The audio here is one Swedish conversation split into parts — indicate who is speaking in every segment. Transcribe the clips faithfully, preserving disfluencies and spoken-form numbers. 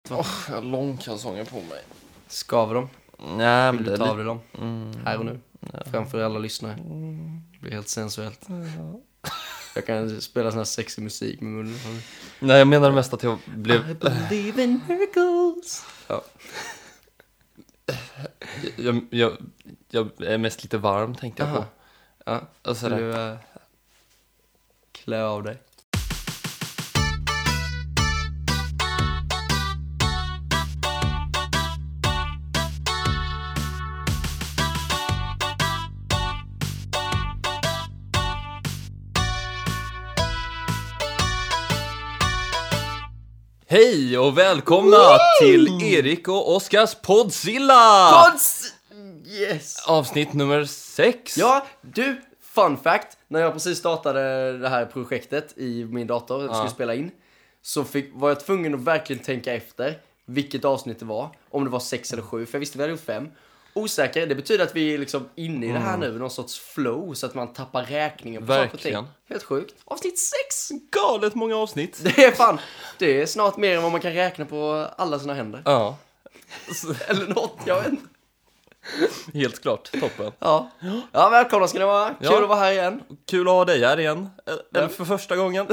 Speaker 1: Åh, oh, jag har långkalsonger på mig.
Speaker 2: Skaver de?
Speaker 1: Nej,
Speaker 2: Vill
Speaker 1: men
Speaker 2: du
Speaker 1: det
Speaker 2: ta
Speaker 1: är
Speaker 2: av dig dem?
Speaker 1: Mm.
Speaker 2: Här och nu.
Speaker 1: Ja.
Speaker 2: Framför alla lyssnare. Det blir helt sensuellt.
Speaker 1: Ja.
Speaker 2: Jag kan spela sån här sexig musik med munnen.
Speaker 1: Nej, jag menar mest att jag blev...
Speaker 2: I believe in miracles. Ja.
Speaker 1: Jag, jag, jag är mest lite varm, tänkte jag
Speaker 2: Aha.
Speaker 1: på.
Speaker 2: Ja,
Speaker 1: Och så
Speaker 2: så
Speaker 1: där.
Speaker 2: du uh, klä av dig.
Speaker 1: Hej och välkomna
Speaker 2: Woo!
Speaker 1: till Erik och Oskars Podzilla!
Speaker 2: Pods! Yes!
Speaker 1: Avsnitt nummer sex.
Speaker 2: Ja, du, fun fact. När jag precis startade det här projektet i min dator och skulle
Speaker 1: Ja.
Speaker 2: spela in, så fick, var jag tvungen att verkligen tänka efter vilket avsnitt det var. Om det var sex eller sju, för jag visste vi hade gjort fem. Osäker, det betyder att vi är liksom inne i det här nu, någon sorts flow, så att man tappar räkningen på saker och ting.
Speaker 1: Verkligen.
Speaker 2: Helt sjukt. Avsnitt sex!
Speaker 1: Galet många avsnitt.
Speaker 2: Det är fan, det är snart mer än vad man kan räkna på alla sina händer.
Speaker 1: Ja,
Speaker 2: Eller något, jag vet inte.
Speaker 1: helt klart. Toppen.
Speaker 2: Ja, ja välkomna ska ni vara. Kul
Speaker 1: Ja.
Speaker 2: att vara här igen.
Speaker 1: Kul att ha dig här igen. Eller
Speaker 2: Ja.
Speaker 1: för första gången.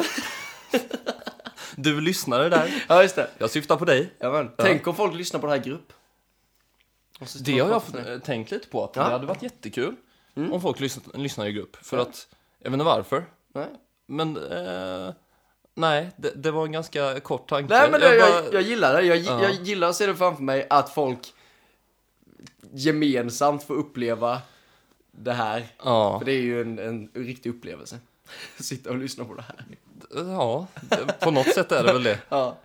Speaker 1: Du lyssnade där.
Speaker 2: Ja, just det.
Speaker 1: Jag syftar på dig.
Speaker 2: Ja, men. Tänk om folk lyssnar på det här i grupp. Och så står
Speaker 1: Det har jag
Speaker 2: folk
Speaker 1: f- tänkt lite på. Att
Speaker 2: Ja.
Speaker 1: det hade varit jättekul
Speaker 2: Mm.
Speaker 1: om folk lyssnar, lyssnar i grupp. För
Speaker 2: Ja.
Speaker 1: att, jag vet inte varför.
Speaker 2: Nej.
Speaker 1: Men, eh, nej, det, det var en ganska kort tanke.
Speaker 2: Nej, men det, jag,
Speaker 1: bara-
Speaker 2: jag gillar det. Jag,
Speaker 1: Ja.
Speaker 2: jag gillar att se det framför mig att folk gemensamt får uppleva det här.
Speaker 1: Ja,
Speaker 2: För det är ju en, en riktig upplevelse. Sitta och lyssna på det här.
Speaker 1: ja, det- på något sätt är det väl det.
Speaker 2: Ja.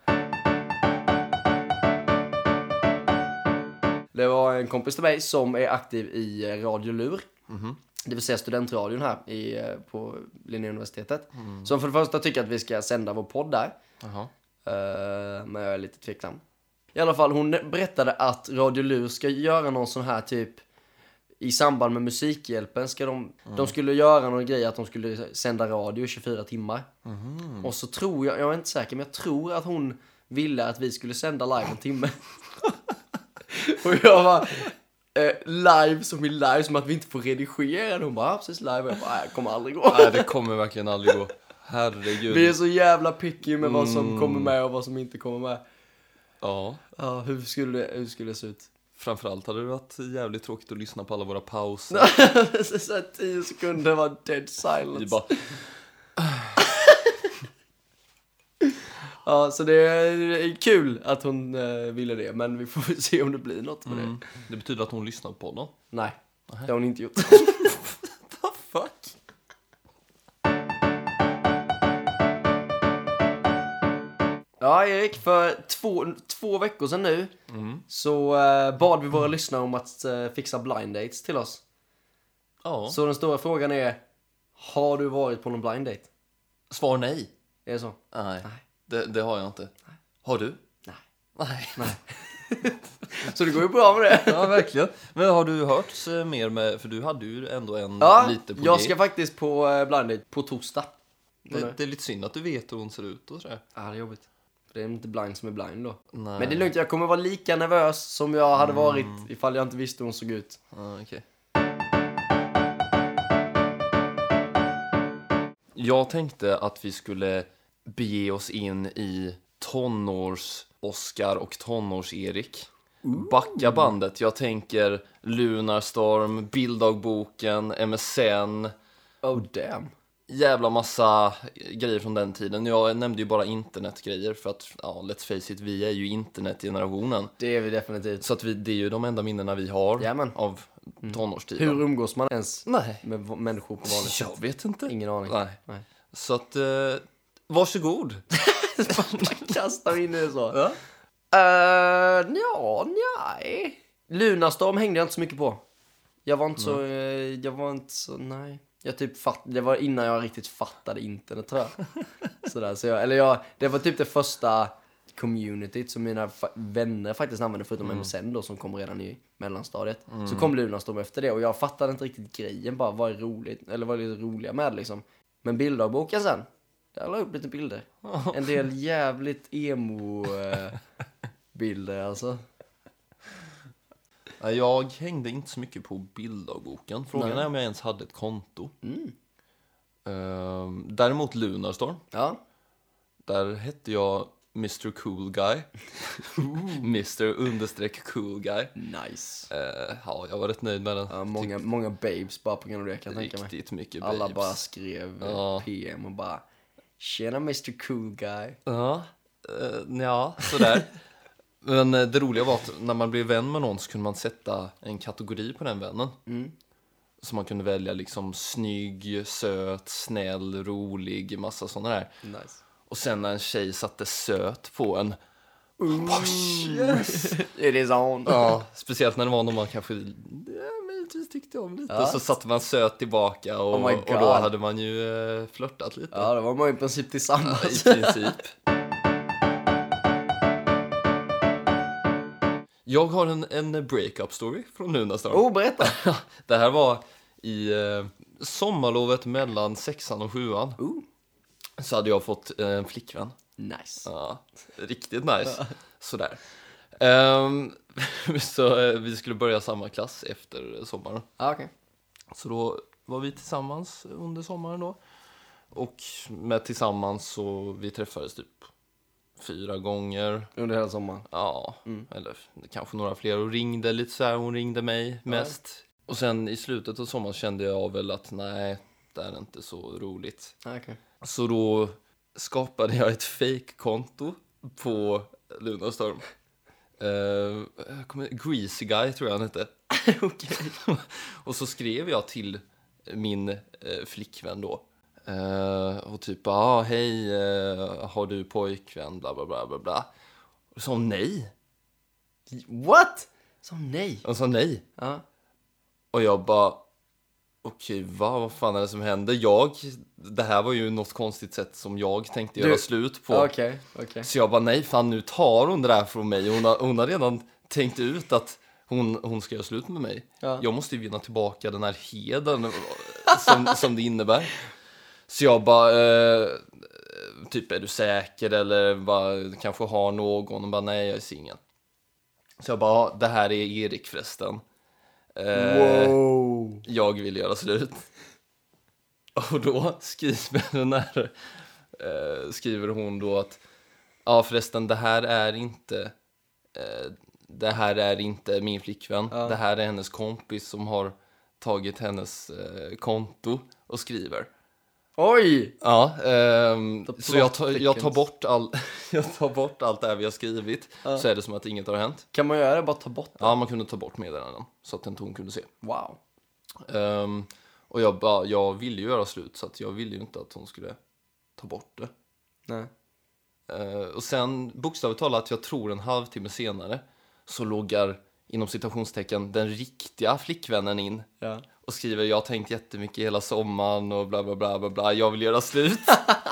Speaker 2: Det var en kompis till mig som är aktiv i eh, Radio Lur.
Speaker 1: Mhm.
Speaker 2: Det vill säga studentradion här i, eh, på Linnéuniversitetet.
Speaker 1: Mm.
Speaker 2: Som för det första tycker att vi ska sända vår podd där.
Speaker 1: Jaha.
Speaker 2: Eh, men jag är lite tveksam. I alla fall, hon berättade att Radio Lur ska göra någon sån här typ i samband med Musikhjälpen ska de, de skulle göra någon grej att de skulle sända radio i tjugofyra timmar.
Speaker 1: Mhm.
Speaker 2: Och så tror jag, jag är inte säker, men jag tror att hon ville att vi skulle sända live en timme. Och jag var eh, live som i live, som att vi inte får redigera. Hon bara, ja, precis live. Och jag bara, nej, det kommer aldrig gå.
Speaker 1: Nej, det kommer verkligen aldrig gå. Herregud.
Speaker 2: Vi är så jävla picky med vad som
Speaker 1: Mm.
Speaker 2: kommer med och vad som inte kommer med.
Speaker 1: Ja,
Speaker 2: Ja, hur skulle det, hur skulle det se ut?
Speaker 1: framförallt hade det varit jävligt tråkigt att lyssna på alla våra pauser.
Speaker 2: Så här, tio sekunder var dead silence.
Speaker 1: Vi bara,
Speaker 2: Ja, så det är kul att hon eh, ville det. Men vi får väl se om det blir något med
Speaker 1: mm,
Speaker 2: det.
Speaker 1: det betyder att hon lyssnar på den.
Speaker 2: Nej, det har hon inte gjort.
Speaker 1: The fuck?
Speaker 2: Ja, Erik, för två, två veckor sedan nu
Speaker 1: Mm.
Speaker 2: så eh, bad vi våra lyssnare om att eh, fixa blind dates till oss.
Speaker 1: Ja.
Speaker 2: Så den stora frågan är, har du varit på någon blind date?
Speaker 1: Svar nej.
Speaker 2: Är det så?
Speaker 1: Nej,
Speaker 2: Nej.
Speaker 1: Det, det har jag inte. Har du?
Speaker 2: Nej.
Speaker 1: Nej.
Speaker 2: Nej. Så det går ju bra med det.
Speaker 1: Ja, verkligen. Men har du hört eh, mer med, för du hade ju ändå en
Speaker 2: Ja,
Speaker 1: lite på
Speaker 2: jag
Speaker 1: G.
Speaker 2: ska faktiskt på eh, blind date på torsdag.
Speaker 1: det, det är lite synd att du vet hur hon ser ut och sådär.
Speaker 2: Ja, det är jobbigt. För det är inte blind som är blind då.
Speaker 1: Nej.
Speaker 2: Men det är lugnt, jag kommer vara lika nervös som jag hade varit ifall jag inte visste hur hon såg ut.
Speaker 1: Ja, okej. Jag tänkte att vi skulle bege oss in i tonårs-Oskar och tonårs-Erik. Backa bandet. Jag tänker Lunarstorm, Bilddagboken, M S N.
Speaker 2: Oh damn.
Speaker 1: Jävla massa grejer från den tiden. Jag nämnde ju bara internetgrejer för att, ja, let's face it, vi är ju internetgenerationen.
Speaker 2: Det är vi definitivt.
Speaker 1: Så att vi, det är ju de enda minnena vi har
Speaker 2: Jajamän.
Speaker 1: av tonårstiden.
Speaker 2: Hur umgås man ens
Speaker 1: Nej,
Speaker 2: med v- människor på vanligt sätt?
Speaker 1: jag vet inte.
Speaker 2: Ingen aning.
Speaker 1: Nej.
Speaker 2: Nej.
Speaker 1: Så att, eh, varsågod.
Speaker 2: Kastar in det så.
Speaker 1: Ja.
Speaker 2: Uh, ja, nej. Lunarstorm hängde jag inte så mycket på. Jag var inte så, eh, jag var inte så, nej. Jag typ fatt, det var innan jag riktigt fattade internet, tror jag. Sådär, så jag, eller jag, det var typ det första communityt som mina fa- vänner faktiskt använde, förutom
Speaker 1: Mm.
Speaker 2: M S N då, som kom redan i mellanstadiet. Så kom Lunarstorm efter det och jag fattade inte riktigt grejen, bara vad är roligt, eller vad är det roliga med liksom. Men bilddagboken sen, där la jag upp lite bilder. En del jävligt emo eh, bilder alltså.
Speaker 1: Jag hängde inte så mycket på bilddagboken. Frågan
Speaker 2: Nej.
Speaker 1: är om jag ens hade ett konto.
Speaker 2: Mm.
Speaker 1: Ehm, däremot Lunarstorm.
Speaker 2: Ja.
Speaker 1: Där hette jag mister Cool Guy. mister understreck cool guy.
Speaker 2: Nice.
Speaker 1: Eh, ja, jag var rätt nöjd med den.
Speaker 2: Ja, många, många babes bara på grund av det kan jag tänka mig.
Speaker 1: Riktigt mycket
Speaker 2: Alla
Speaker 1: babes.
Speaker 2: bara skrev
Speaker 1: Ja.
Speaker 2: P M och bara tjena mister Cool Guy.
Speaker 1: Ja, eh, ja sådär. Men eh, det roliga var att när man blev vän med någon så kunde man sätta en kategori på den vännen.
Speaker 2: Mm.
Speaker 1: Så man kunde välja liksom snygg, söt, snäll, rolig, massa sådana där.
Speaker 2: Nice.
Speaker 1: Och sen när en tjej satte söt på en.
Speaker 2: Yes! It is on.
Speaker 1: Ja, speciellt när det var någon man kanske ja, möjligtvis tyckte om lite.
Speaker 2: Ja.
Speaker 1: Så satte man söt tillbaka och,
Speaker 2: Oh my
Speaker 1: och då
Speaker 2: God.
Speaker 1: hade man ju eh, flörtat lite.
Speaker 2: Ja, det var man i princip tillsammans.
Speaker 1: I princip. Jag har en, en breakup story från Lunarstorm.
Speaker 2: Oh, berätta.
Speaker 1: Det här var i eh, sommarlovet mellan sexan och sjuan.
Speaker 2: Oh.
Speaker 1: Så hade jag fått eh, en flickvän.
Speaker 2: Nice.
Speaker 1: Ja, riktigt nice. Sådär. Um, så eh, vi skulle börja samma klass efter sommaren.
Speaker 2: Ah, okej.
Speaker 1: Så då var vi tillsammans under sommaren då. Och med tillsammans så vi träffades typ fyra gånger.
Speaker 2: Under hela sommaren.
Speaker 1: Ja,
Speaker 2: Mm.
Speaker 1: eller kanske några fler och ringde lite så här. Hon ringde mig mest. Och sen i slutet av sommaren kände jag väl att nej, det är inte så roligt.
Speaker 2: Ah, okej.
Speaker 1: Så då skapade jag ett fake-konto på Lunarstorm. Uh, Greasy Guy tror jag han hette.
Speaker 2: Okej.
Speaker 1: Och så skrev jag till min eh, flickvän då. Eh, och typ, ja ah, hej, eh, har du pojkvän, bla bla bla bla bla. Och så sa hon nej.
Speaker 2: What? Så nej.
Speaker 1: Hon sa nej.
Speaker 2: Ja.
Speaker 1: Och jag bara, okej, va? Vad fan är det som händer? Jag, det här var ju något konstigt sätt som jag tänkte
Speaker 2: Du-
Speaker 1: göra slut på.
Speaker 2: Okej, okej.
Speaker 1: Så jag bara, nej fan, nu tar hon det där från mig. Hon har, hon har redan tänkt ut att hon, hon ska göra slut med mig.
Speaker 2: Ja.
Speaker 1: Jag måste ju vinna tillbaka den här heden som, som det innebär. Så jag bara, eh, typ är du säker eller bara, kanske har någon? Och bara, nej jag är singel. Så jag bara, det här är Erik förresten. Eh,
Speaker 2: Wow.
Speaker 1: jag vill göra slut. Och då skriver den här, eh, skriver hon då att ja förresten, det här är inte eh, det här är inte min flickvän.
Speaker 2: Ja.
Speaker 1: Det här är hennes kompis som har tagit hennes eh, konto och skriver.
Speaker 2: Oj!
Speaker 1: Ja, ehm,
Speaker 2: The
Speaker 1: så jag
Speaker 2: plot
Speaker 1: tar, jag tar
Speaker 2: thickens.
Speaker 1: bort all, jag tar bort allt det här vi har skrivit.
Speaker 2: Ja.
Speaker 1: Så är det som att inget har hänt.
Speaker 2: Kan man göra det? Bara ta bort det?
Speaker 1: Ja, man kunde ta bort meddelanden så att inte hon kunde se.
Speaker 2: Wow.
Speaker 1: Ehm, och jag bara, jag ville ju göra slut så att jag ville ju inte att hon skulle ta bort det.
Speaker 2: Nej.
Speaker 1: Ehm, och sen bokstavligt talat, jag tror en halvtimme senare så loggar inom citationstecken den riktiga flickvännen in
Speaker 2: Ja.
Speaker 1: och skriver jag har tänkt jättemycket hela sommaren och bla bla bla bla bla, jag vill göra slut.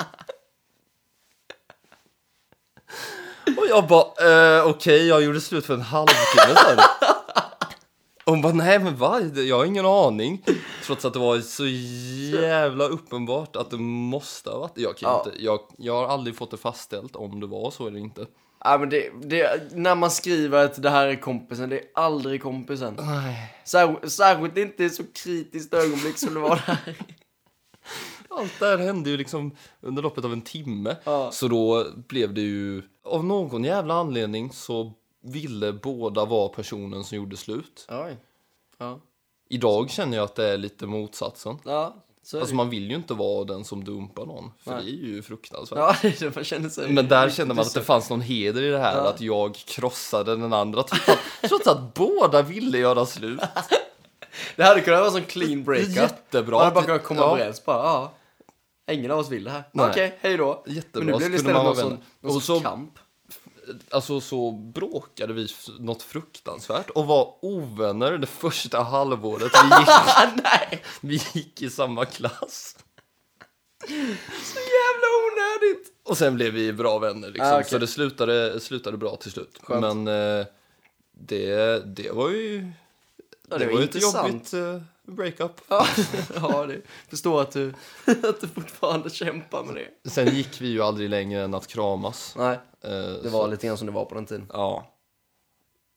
Speaker 1: Och jag bara, eh, okej, okay, jag gjorde slut för en halvtimme sedan. Och hon bara, nej men vad? Jag har ingen aning. Trots att det var så jävla uppenbart att det måste ha varit. Jag, kan
Speaker 2: Ja.
Speaker 1: inte, jag, jag har aldrig fått det fastställt om det var så eller inte.
Speaker 2: Ja, men det, det, när man skriver att det här är kompisen, det är aldrig kompisen.
Speaker 1: Nej.
Speaker 2: Sär, särskilt inte i så kritiskt ögonblick som det var där.
Speaker 1: Allt det här hände ju liksom under loppet av en timme.
Speaker 2: Ja.
Speaker 1: Så då blev det ju, av någon jävla anledning så ville båda vara personen som gjorde slut.
Speaker 2: Oj. Ja.
Speaker 1: Idag känner jag att det är lite motsatsen.
Speaker 2: Ja, så är
Speaker 1: Alltså
Speaker 2: det.
Speaker 1: man vill ju inte vara den som dumpar någon. För
Speaker 2: Nej.
Speaker 1: det är ju fruktansvärt.
Speaker 2: Ja, det är det man känner sig.
Speaker 1: Men där kände man att det fanns någon heder i det här.
Speaker 2: Ja.
Speaker 1: Att jag krossade den andra. Trots att, trots att båda ville göra slut.
Speaker 2: Det hade kunnat vara en sån clean breakup.
Speaker 1: Jättebra.
Speaker 2: Man hade bara kunnat komma
Speaker 1: Ja.
Speaker 2: överens. Bara, ja. Ingen av oss vill det här.
Speaker 1: Nej.
Speaker 2: Okej, hej då.
Speaker 1: Jättebra,
Speaker 2: Men nu blev det
Speaker 1: så kunde man
Speaker 2: istället
Speaker 1: vara
Speaker 2: någon sån,
Speaker 1: vänner.
Speaker 2: någon
Speaker 1: Och
Speaker 2: sån
Speaker 1: så-
Speaker 2: kamp.
Speaker 1: Alltså så bråkade vi f- något fruktansvärt. Och var ovänner det första halvåret. Vi gick,
Speaker 2: Nej,
Speaker 1: vi gick i samma klass.
Speaker 2: så jävla onödigt.
Speaker 1: Och sen blev vi bra vänner liksom.
Speaker 2: Ah, okej.
Speaker 1: Så det slutade, slutade bra till slut.
Speaker 2: Skönt.
Speaker 1: Men eh, det, det var ju
Speaker 2: Ja,
Speaker 1: det,
Speaker 2: det var
Speaker 1: var ju ett
Speaker 2: intressant.
Speaker 1: jobbigt eh, breakup.
Speaker 2: Ja, ja det förstår att du, att du fortfarande kämpar med det.
Speaker 1: Sen gick vi ju aldrig längre än att kramas.
Speaker 2: Nej,
Speaker 1: Eh,
Speaker 2: det
Speaker 1: så-
Speaker 2: var lite grann som det var på den tiden.
Speaker 1: Ja,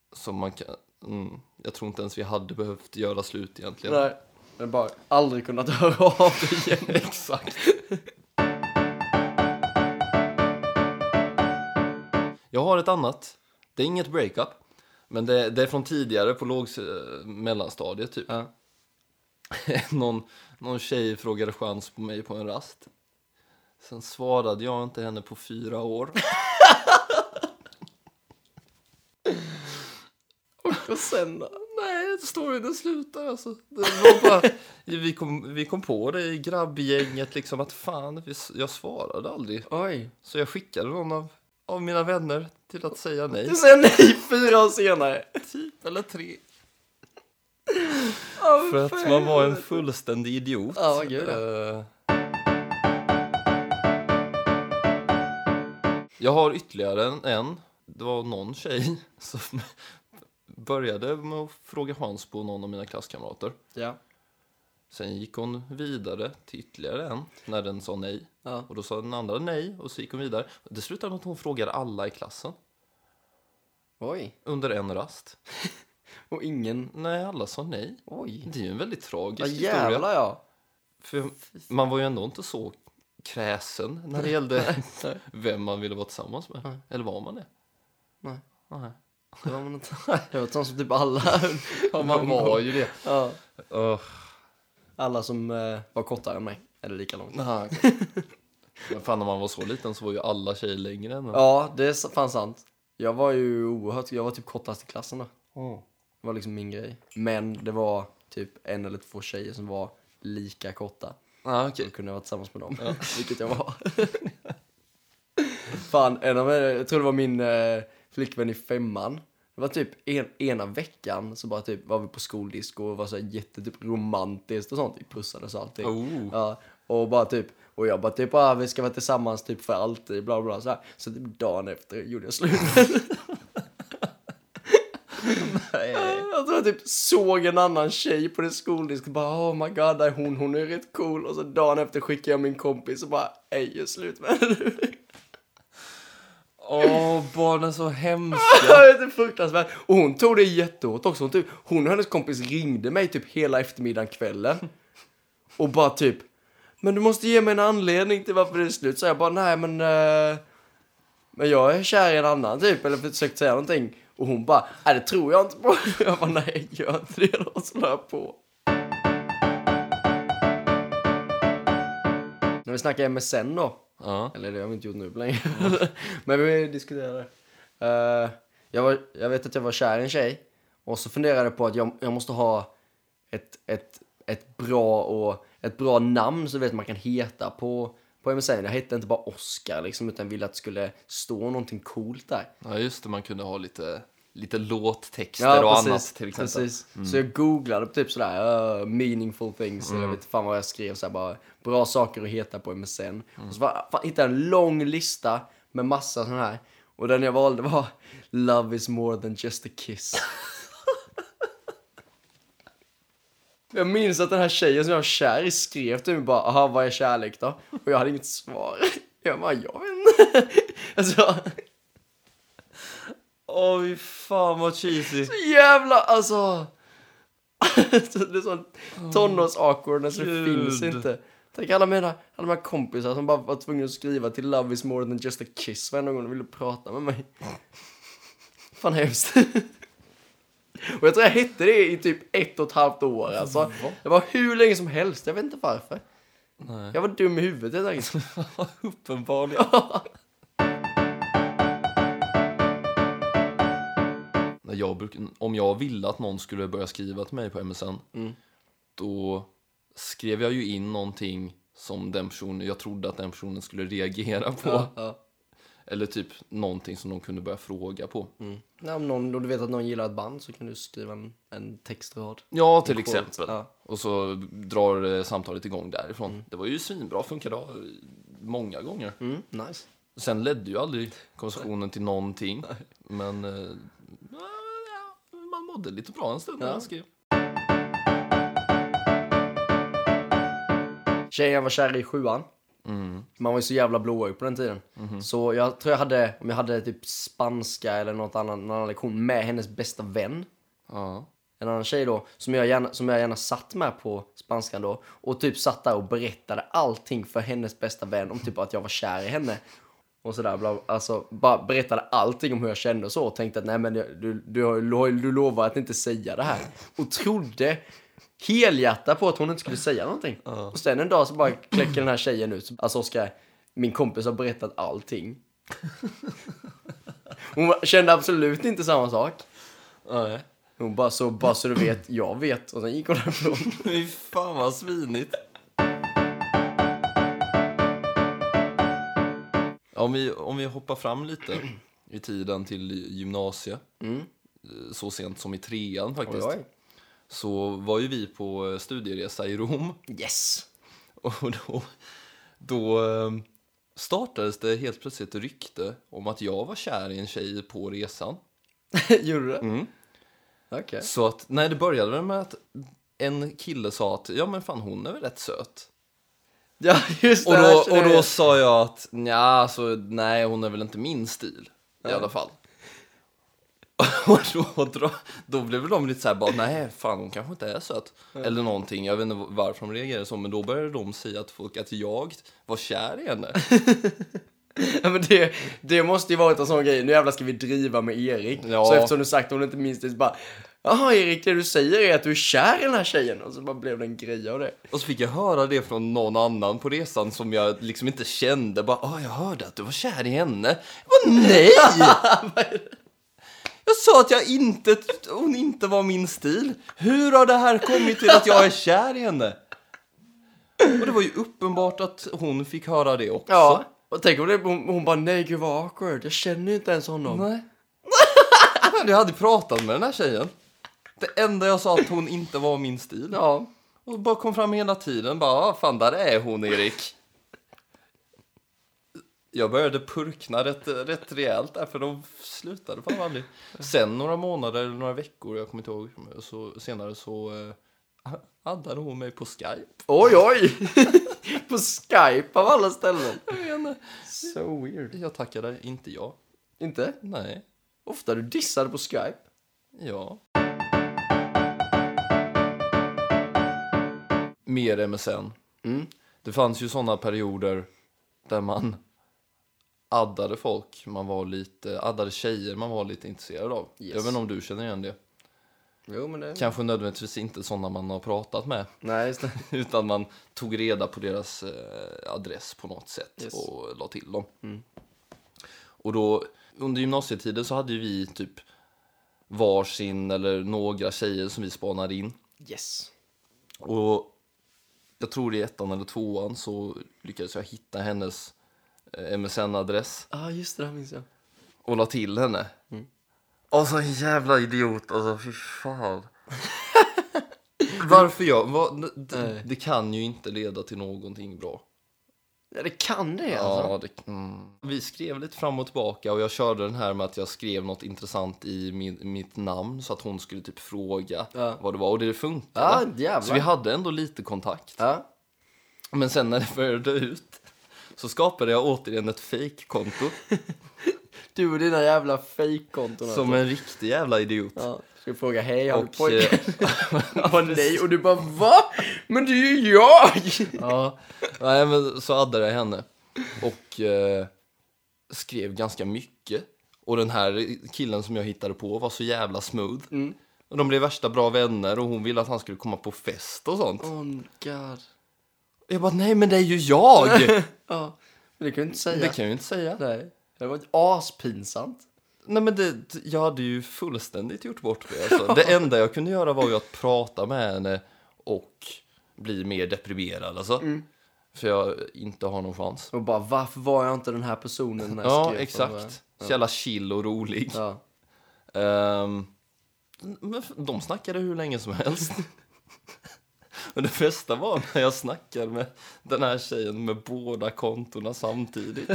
Speaker 1: som man kan... Mm, jag tror inte ens vi hade behövt göra slut egentligen.
Speaker 2: Nej, men bara aldrig kunnat höra av det igen.
Speaker 1: Exakt. Jag har ett annat. Det är inget breakup. Men det, det är från tidigare på låg mellanstadiet typ.
Speaker 2: Ja.
Speaker 1: någon, någon tjej frågade chans på mig på en rast. Sen svarade jag inte henne på fyra år.
Speaker 2: Och sen då?
Speaker 1: Nej, storyn slutar alltså. Det var bara, vi, kom, vi kom på det i grabbgänget liksom att fan, vi, jag svarade aldrig.
Speaker 2: Oj.
Speaker 1: Så jag skickade någon av, av mina vänner till att säga nej.
Speaker 2: Du säger nej fyra år senare.
Speaker 1: Typ, eller tre.
Speaker 2: Oh,
Speaker 1: För att man var en fullständig idiot.
Speaker 2: Ja, gud ja.
Speaker 1: Uh, jag har ytterligare en, en. Det var någon tjej som började med att fråga chans på någon av mina klasskamrater.
Speaker 2: Ja.
Speaker 1: Sen gick hon vidare till ytterligare en när den sa nej.
Speaker 2: Ja.
Speaker 1: Och då sa den andra nej och så gick hon vidare. Det slutade med att hon frågade alla i klassen.
Speaker 2: Oj.
Speaker 1: Under en rast.
Speaker 2: Och ingen...
Speaker 1: Nej, alla sa nej.
Speaker 2: Oj.
Speaker 1: Det är ju en väldigt tragisk
Speaker 2: Ja,
Speaker 1: historia.
Speaker 2: jävlar ja.
Speaker 1: För man var ju ändå inte så kräsen när det gällde vem man ville vara tillsammans med.
Speaker 2: Nej.
Speaker 1: Eller var man det?
Speaker 2: Nej.
Speaker 1: Nej.
Speaker 2: Det var man inte. Jag var sån som typ alla.
Speaker 1: Ja, man var ju det.
Speaker 2: Ja.
Speaker 1: Uh.
Speaker 2: Alla som uh, var kortare än mig. Eller lika långt.
Speaker 1: Nej. Men fan, när man var så liten så var ju alla tjejer längre än.
Speaker 2: Ja, det är fan sant. Jag var ju oerhört... Jag var typ kortast i klassen då.
Speaker 1: Mm.
Speaker 2: Det var liksom min grej. Men det var typ en eller två tjejer som var lika korta.
Speaker 1: Ah, okej.
Speaker 2: Då kunde jag vara tillsammans med dem.
Speaker 1: Ja.
Speaker 2: Vilket jag var. Fan, en av, jag tror det var min eh, flickvän i femman. Det var typ en, ena veckan så bara typ var vi på skoldisco och var så här jätte typ romantiskt och sånt. Vi pussades och allting.
Speaker 1: Oh.
Speaker 2: Ja, och bara typ, och jag bara typ, ah, vi ska vara tillsammans typ för alltid, bla bla, så här. Så typ dagen efter gjorde jag slut.
Speaker 1: Nej.
Speaker 2: Jag tror jag typ såg en annan tjej på det skoldisk och bara, oh my god, där är hon, hon är rätt cool. Och så dagen efter skickade jag min kompis och bara, ej, jag är slut med henne.
Speaker 1: Åh, oh, barnen är så hemska.
Speaker 2: Det är fruktansvärt. Och hon tog det jättehårt också. Hon, typ, hon och hennes kompis ringde mig typ hela eftermiddagen, kvällen. Och bara typ, men du måste ge mig en anledning till varför det är slut. Så jag bara, nej men, uh, men jag är kär i en annan typ. Eller försökt säga någonting. Och hon bara, nej det tror jag inte på. Jag bara, nej gör inte det då. Så la jag på. När vi snackar M S N då.
Speaker 1: Ja.
Speaker 2: Eller det har vi inte gjort nu på länge. Men vi diskuterade. Uh, jag, var, jag vet att jag var kär i en tjej. Och så funderade jag på att jag, jag måste ha ett, ett, ett, bra och, ett bra namn så vet man kan heta på, på M S N. Jag hette inte bara Oscar liksom, utan ville att det skulle stå någonting coolt där.
Speaker 1: Ja, just det. Man kunde ha lite, lite låttexter
Speaker 2: Ja,
Speaker 1: och
Speaker 2: precis,
Speaker 1: annat till exempel.
Speaker 2: Precis. Mm. Så jag googlade på typ sådär uh, meaningful things. Mm. Jag vet inte fan vad jag skrev. Såhär, bara bra saker att heta på M S N. Mm. Och så var, fan, hittade jag en lång lista med massa sådana här. Och den jag valde var Love is more than just a kiss. Jag minns att den här tjejen som jag var kär i skrev till mig bara, aha, vad är kärlek då? Och jag hade inget svar. Jag bara, jag vet inte. Alltså...
Speaker 1: Oj, fan vad cheesy.
Speaker 2: Så jävla, alltså... Det är sån tonårs-awkwardness, det finns inte. Tänk alla mina, alla mina kompisar som bara var tvungna att skriva till Love is more than just a kiss varje gång de ville prata med mig. Fan hemskt. Och jag tror jag hette det i typ ett och ett halvt år. Alltså. Det var hur länge som helst, jag vet inte varför.
Speaker 1: Nej.
Speaker 2: Jag var dum i huvudet helt enkelt.
Speaker 1: Uppenbarligen. Jag bruk, om jag ville att någon skulle börja skriva till mig på M S N, mm. då skrev jag ju in någonting som den personen, jag trodde att den personen skulle reagera på.
Speaker 2: Ja, ja.
Speaker 1: Eller typ någonting som de kunde börja fråga på.
Speaker 2: Mm. Ja, om, någon, om du vet att någon gillar ett band så kan du skriva en, en textrad.
Speaker 1: Ja, till exempel.
Speaker 2: Ja.
Speaker 1: Och så drar eh, samtalet igång därifrån. Mm. Det var ju svinbra, funkade många gånger.
Speaker 2: Mm, nice.
Speaker 1: Sen ledde ju aldrig konversationen till någonting. Men eh, man mådde lite bra en stund när
Speaker 2: ja.
Speaker 1: jag skrev.
Speaker 2: Tjejen var kär i sjuan.
Speaker 1: Mm.
Speaker 2: Man var ju så jävla blåögd på den tiden.
Speaker 1: Mm-hmm.
Speaker 2: Så jag tror jag hade, om jag hade typ spanska eller något annat, någon annan lektion med hennes bästa vän.
Speaker 1: Ja.
Speaker 2: En annan tjej då, som jag, gärna, som jag gärna satt med på spanskan då. Och typ satt där och berättade allting för hennes bästa vän om typ att jag var kär i henne. Och sådär, bla, alltså bara berättade allting om hur jag kände och så. Och tänkte att nej men du, du, du, du lovar att inte säga det här. Och trodde helhjärta på att hon inte skulle säga någonting.
Speaker 1: Ja.
Speaker 2: Och sen en dag så bara kläcker den här tjejen ut. Alltså Oskar, min kompis har berättat allting. Hon kände absolut inte samma sak.
Speaker 1: Nej.
Speaker 2: Hon bara så, bara så du vet, jag vet. Och sen gick hon därifrån.
Speaker 1: Fy fan vad svinigt. Om vi, om vi hoppar fram lite i tiden till gymnasiet.
Speaker 2: Mm.
Speaker 1: Så sent som i trean faktiskt.
Speaker 2: Oj, oj.
Speaker 1: Så var ju vi på studieresa i Rom.
Speaker 2: Yes.
Speaker 1: Och då, då startades det helt plötsligt ett rykte om att jag var kär i en tjej på resan.
Speaker 2: Gjorde du det?
Speaker 1: Mm.
Speaker 2: Okej. Okay.
Speaker 1: Så att, nej, det började med att en kille sa att ja men fan hon är väl rätt söt.
Speaker 2: Ja, just det.
Speaker 1: Och
Speaker 2: här
Speaker 1: då,
Speaker 2: känner
Speaker 1: och då
Speaker 2: jag.
Speaker 1: sa jag att ja, alltså, nej hon är väl inte min stil i
Speaker 2: Nej.
Speaker 1: alla fall. Och då, då, då blev de lite så här bara, nej fan hon kanske inte är söt.
Speaker 2: Ja.
Speaker 1: Eller någonting, jag vet inte varför de reagerade så. Men då började de säga att folk att jag var kär i henne.
Speaker 2: Ja, men det, det måste ju varit en sån grej. Nu jävla ska vi driva med Erik.
Speaker 1: Ja.
Speaker 2: Så eftersom du sagt att hon inte minst det så bara, jaha Erik, det du säger är att du är kär i den här tjejen. Och så bara blev det en grej av det.
Speaker 1: Och så fick jag höra det från någon annan på resan som jag liksom inte kände. Bara, ah, jag hörde att du var kär i henne. Jag bara, nej! Jag sa att jag inte, hon inte var min stil. Hur har det här kommit till att jag är kär i henne? Och det var ju uppenbart att hon fick höra det också.
Speaker 2: Ja, och tänk om det, hon, hon bara, nej gud vad awkward. Jag känner ju inte ens honom.
Speaker 1: Nej. Jag hade pratat med den här tjejen. Det enda jag sa att hon inte var min stil.
Speaker 2: Ja.
Speaker 1: Och bara kom fram hela tiden. Bara, ah, fan där är hon Erik. Jag började purkna rätt, rätt rejält där, för de slutade fan aldrig. Sen några månader eller några veckor, jag kommer inte ihåg, så, senare så eh, addade hon mig på Skype.
Speaker 2: Oj, oj! På Skype av alla ställen.
Speaker 1: Jag menar,
Speaker 2: So weird.
Speaker 1: jag tackade inte jag.
Speaker 2: Inte?
Speaker 1: Nej,
Speaker 2: Ofta du dissade på Skype.
Speaker 1: ja. Mer M S N.
Speaker 2: Mm.
Speaker 1: Det fanns ju sådana perioder där man addade folk, man var lite, addade tjejer man var lite intresserad av.
Speaker 2: Yes.
Speaker 1: Jag vet inte om du känner igen det.
Speaker 2: Jo, men det...
Speaker 1: Kanske nödvändigtvis inte sådana man har pratat med.
Speaker 2: Nej, just det.
Speaker 1: Utan man tog reda på deras eh, adress på något sätt.
Speaker 2: Yes.
Speaker 1: Och la till dem.
Speaker 2: Mm.
Speaker 1: Och då, under gymnasietiden så hade ju vi typ varsin eller några tjejer som vi spanade in.
Speaker 2: Yes.
Speaker 1: Och jag tror i ettan eller tvåan så lyckades jag hitta hennes eh, M S N-adress.
Speaker 2: Ja, ah, just det, där minns jag.
Speaker 1: Och la till henne.
Speaker 2: Mm.
Speaker 1: Och så en jävla idiot, alltså fy fan. Varför jag? Vad, det, det kan ju inte leda till någonting bra.
Speaker 2: Ja, det kan det alltså.
Speaker 1: Ja, det, mm. Vi skrev lite fram och tillbaka och jag körde den här med att jag skrev något intressant i min, mitt namn så att hon skulle typ fråga
Speaker 2: Ja.
Speaker 1: vad det var. Och det funkade.
Speaker 2: Ja, jävlar.
Speaker 1: Så vi hade ändå lite kontakt.
Speaker 2: Ja.
Speaker 1: Men sen när det började ut så skapade jag återigen ett fake-konto.
Speaker 2: Du och dina jävla fake-konton.
Speaker 1: Som en riktig jävla idiot.
Speaker 2: Ja. Ska vi fråga, hej, har du
Speaker 1: Och,
Speaker 2: pojken?
Speaker 1: eh,
Speaker 2: Bara nej, och du bara, va? Men det är ju jag!
Speaker 1: Ja, nej, men så addade jag henne. Och eh, skrev ganska mycket. Och den här killen som jag hittade på var så jävla smooth.
Speaker 2: Mm.
Speaker 1: Och de blev värsta bra vänner och hon ville att han skulle komma på fest och sånt.
Speaker 2: Oh god.
Speaker 1: Och jag bara, nej men det är ju jag!
Speaker 2: Ja, men det kan du inte säga.
Speaker 1: Det kan jag ju inte säga.
Speaker 2: Nej, det var aspinsamt.
Speaker 1: Nej men det, jag hade ju fullständigt gjort bort det. Alltså. Det enda jag kunde göra var ju att prata med henne och bli mer deprimerad. Alltså.
Speaker 2: Mm.
Speaker 1: För jag inte har någon chans.
Speaker 2: Och bara, varför var jag inte den här personen när jag
Speaker 1: Ja,
Speaker 2: skrev
Speaker 1: exakt.
Speaker 2: för
Speaker 1: Så
Speaker 2: ja.
Speaker 1: jävla chill och rolig.
Speaker 2: Ja.
Speaker 1: Um, men de snackade hur länge som helst. Och det bästa var när jag snackade med den här tjejen med båda kontorna samtidigt.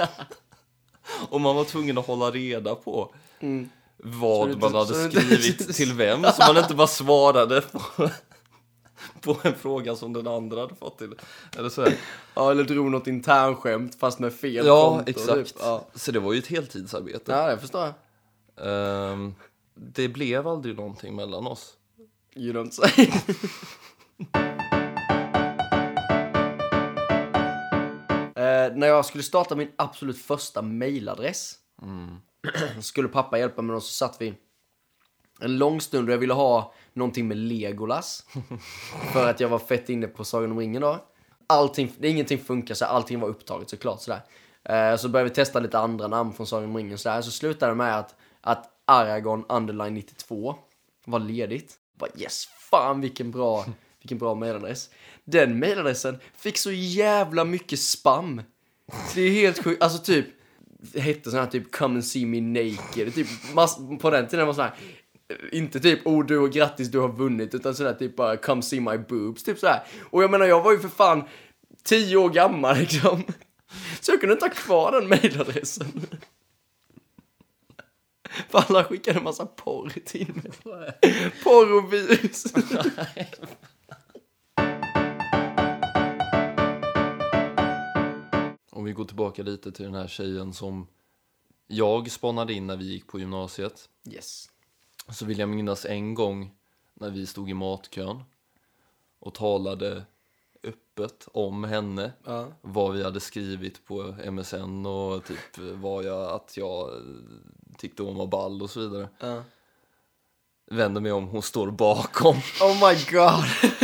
Speaker 1: Och man var tvungen att hålla reda på
Speaker 2: Mm.
Speaker 1: vad
Speaker 2: Så du
Speaker 1: man
Speaker 2: inte- så
Speaker 1: hade
Speaker 2: du inte-
Speaker 1: skrivit till vem. Så man inte bara svarade på, på en fråga som den andra hade fått till. Eller så här.
Speaker 2: Ja, eller drog något internskämt fast med fel
Speaker 1: Ja,
Speaker 2: konto,
Speaker 1: exakt.
Speaker 2: Typ. Ja.
Speaker 1: Så det var ju ett heltidsarbete.
Speaker 2: Ja, det förstår jag.
Speaker 1: Um, det blev aldrig någonting mellan oss.
Speaker 2: You don't say. eh, när jag skulle starta min absolut första mailadress mm. skulle pappa hjälpa mig och så satt vi en lång stund och jag ville ha någonting med Legolas. För att jag var fett inne på Sagan om ringen då. Allting, ingenting funkar så allting var upptaget såklart sådär. Eh, så började vi testa lite andra namn från Sagan om ringen sådär. Så slutade det med att, att Aragorn underline nittiotvå var ledigt. Bara yes, fan vilken bra, vilken bra mailadress. Den mailadressen fick så jävla mycket spam. Det är helt sjukt, alltså typ det hette sån här typ come and see me naked. Typ mass- på den tiden var sån här inte typ oh du och grattis du har vunnit utan sådär typ bara come see my boobs typ sådär. Och jag menar jag var ju för fan tio år gammal liksom. Så jag kunde inte ha kvar den mailadressen. För alla skickade en massa porr till mig. Porr och virus.
Speaker 1: Om vi går tillbaka lite till den här tjejen som jag spannade in när vi gick på gymnasiet.
Speaker 2: Yes.
Speaker 1: Så vill jag minnas en gång när vi stod i matkön och talade öppet om henne.
Speaker 2: Ja.
Speaker 1: Vad vi hade skrivit på M S N och typ vad jag, att jag tyckte om var ball och så vidare.
Speaker 2: Ja.
Speaker 1: Vänder mig om, hon står bakom.
Speaker 2: Oh my god.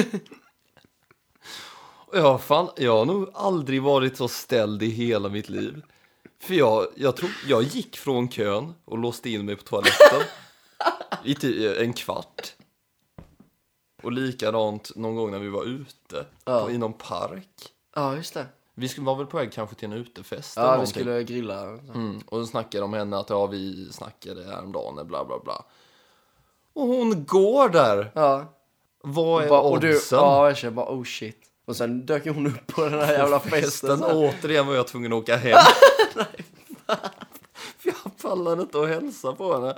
Speaker 1: Ja, fan, jag har nog aldrig varit så ställd i hela mitt liv. För jag, jag, tror, jag gick från kön och låste in mig på toaletten i typ en kvart. Och likadant någon gång när vi var ute
Speaker 2: Ja.
Speaker 1: på, i någon park.
Speaker 2: Ja, just det.
Speaker 1: Vi skulle, var väl på väg kanske till en utefest eller
Speaker 2: Ja, vi
Speaker 1: någonting.
Speaker 2: skulle grilla.
Speaker 1: Mm, och då snackade de om henne att ja, vi snackade häromdagen, bla bla bla. Och hon går där.
Speaker 2: Ja.
Speaker 1: Vad är
Speaker 2: Bara, och du,
Speaker 1: oddsen?
Speaker 2: ja, jag känner bara oh shit. Och sen dök hon upp på den här jävla festen.
Speaker 1: Festen, återigen var jag tvungen att åka hem. Nej, för jag pallade inte att hälsa på henne.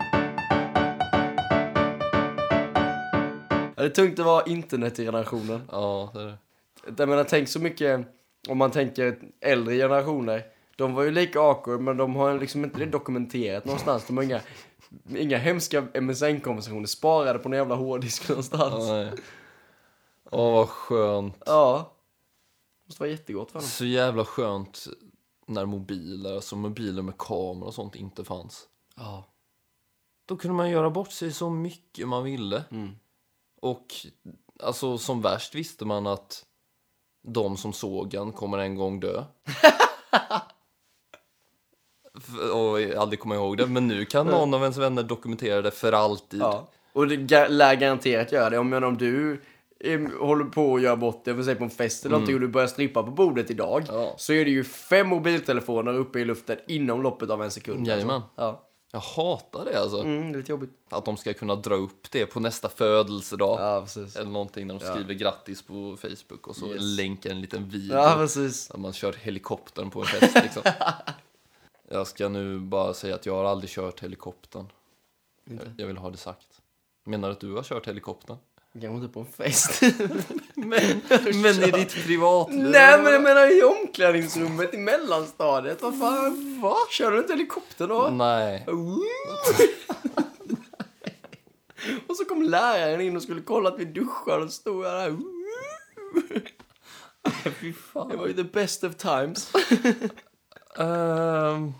Speaker 2: Ja, det är tungt att vara internetgenerationen.
Speaker 1: Ja, det är det.
Speaker 2: Jag menar, tänk så mycket, om man tänker äldre generationer. De var ju lika awkward, men de har liksom inte det dokumenterat någonstans. De har inga, inga hemska M S N-konversationer sparade på någon jävla hårddisk någonstans.
Speaker 1: Nej. Åh, vad skönt.
Speaker 2: Ja. Det måste vara jättegott för dem.
Speaker 1: Så jävla skönt när mobiler, alltså mobiler med kamera och sånt inte fanns.
Speaker 2: Ja.
Speaker 1: Då kunde man göra bort sig så mycket man ville.
Speaker 2: Mm.
Speaker 1: Och alltså som värst visste man att de som såg en kommer en gång dö. F- och aldrig kommer ihåg det. Men nu kan någon av ens vänner dokumentera det för alltid.
Speaker 2: Ja. Och det ga- lär garanterat göra det. Om, jag, om du eh, håller på att göra bort det, för sig på en fest eller någonting, och du börjar strippa på bordet idag,
Speaker 1: Ja.
Speaker 2: så är det ju fem mobiltelefoner uppe i luften inom loppet av en sekund.
Speaker 1: Jajamän.
Speaker 2: Alltså. Ja.
Speaker 1: Jag hatar det alltså.
Speaker 2: Mm, det är lite jobbigt.
Speaker 1: Att de ska kunna dra upp det på nästa födelsedag.
Speaker 2: Ja, precis.
Speaker 1: Eller någonting när de
Speaker 2: Ja.
Speaker 1: skriver grattis på Facebook och så
Speaker 2: Yes.
Speaker 1: länkar en liten video.
Speaker 2: Ja, precis.
Speaker 1: När man kör helikoptern på en fest liksom. Jag ska nu bara säga att jag har aldrig kört helikoptern. Jag, jag vill ha det sagt. Menar du att du har kört helikoptern?
Speaker 2: Kanske inte på en fest.
Speaker 1: Men, men i ditt privatliv?
Speaker 2: Nej, men jag menar i omklädningsrummet i mellanstadiet. Vad fan? Va? Kör du inte helikopter då?
Speaker 1: Nej.
Speaker 2: Och så kom läraren in och skulle kolla att vi duschar och stod jag där.
Speaker 1: Fy fan.
Speaker 2: Det var ju the best of times.
Speaker 1: Um...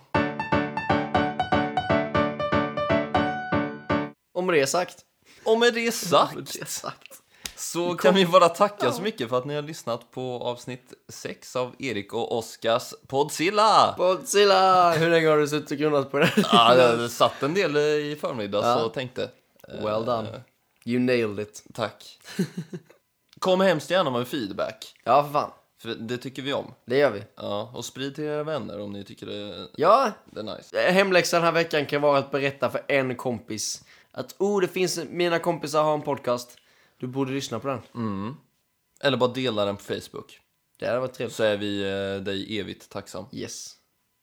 Speaker 2: Om det är sagt.
Speaker 1: Och med det sagt,
Speaker 2: Det är sagt.
Speaker 1: så kan vi bara tacka så mycket för att ni har lyssnat på avsnitt sex av Erik och Oskars Podzilla.
Speaker 2: Podzilla! Hur länge har du suttit och grundat på det?
Speaker 1: Ja, jag satt en del i förmiddag
Speaker 2: Ja.
Speaker 1: så tänkte.
Speaker 2: Well done. You nailed it.
Speaker 1: Tack. Kom hemskt gärna med feedback.
Speaker 2: Ja, för fan.
Speaker 1: För det tycker vi om.
Speaker 2: Det gör vi.
Speaker 1: Ja, och sprid till era vänner om ni tycker det,
Speaker 2: Ja,
Speaker 1: det är nice.
Speaker 2: hemläxan den här veckan kan vara att berätta för en kompis att oh, det finns, mina kompisar har en podcast. Du borde lyssna på den.
Speaker 1: Mm. Eller bara dela den på Facebook.
Speaker 2: Det hade varit trevligt.
Speaker 1: Så är vi eh, dig evigt tacksam.
Speaker 2: Yes.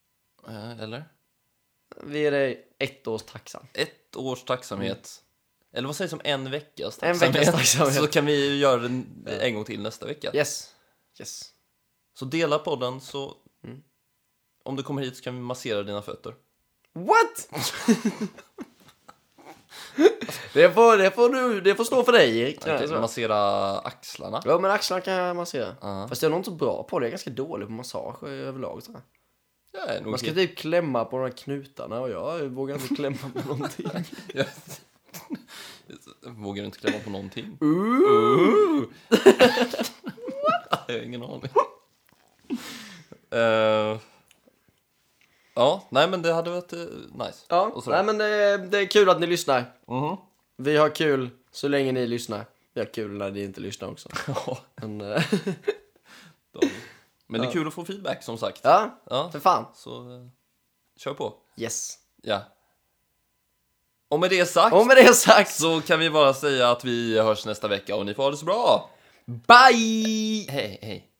Speaker 1: Eh, eller?
Speaker 2: Vi är dig ett års tacksam.
Speaker 1: Ett års tacksamhet Eller vad sägs om en veckas
Speaker 2: En
Speaker 1: tacksamhet?
Speaker 2: veckas tacksamhet.
Speaker 1: Så kan vi göra den en gång till nästa vecka.
Speaker 2: Yes. Yes.
Speaker 1: Så dela podden så...
Speaker 2: Mm.
Speaker 1: Om du kommer hit så kan vi massera dina fötter.
Speaker 2: What? det, får, det, får du, det får stå för dig, Erik.
Speaker 1: Okay,
Speaker 2: Ja, så.
Speaker 1: massera axlarna.
Speaker 2: Ja, men axlarna kan jag massera.
Speaker 1: Uh-huh.
Speaker 2: Fast jag är nog inte så bra på det. Jag är ganska dålig på massage överlag, tror jag.
Speaker 1: Jag är nog
Speaker 2: Man ska
Speaker 1: helt...
Speaker 2: typ klämma på de här knutarna och jag vågar inte klämma på någonting.
Speaker 1: jag... Vågar du inte klämma på någonting?
Speaker 2: Uh.
Speaker 1: Jag har ingen aning. Uh... Ja, nej men det hade varit uh, nice.
Speaker 2: Ja, nej men det, det är kul att ni lyssnar.
Speaker 1: Mm-hmm.
Speaker 2: Vi har kul så länge ni lyssnar. Vi har kul när ni inte lyssnar också.
Speaker 1: Ja.
Speaker 2: Men, uh...
Speaker 1: men det är kul att få feedback som sagt.
Speaker 2: Ja,
Speaker 1: ja.
Speaker 2: för fan.
Speaker 1: Så uh, kör på.
Speaker 2: Yes.
Speaker 1: Ja. Och med det sagt.
Speaker 2: Och med det sagt.
Speaker 1: Så kan vi bara säga att vi hörs nästa vecka och ni får ha det så bra.
Speaker 2: Bye!
Speaker 1: Hej, hej.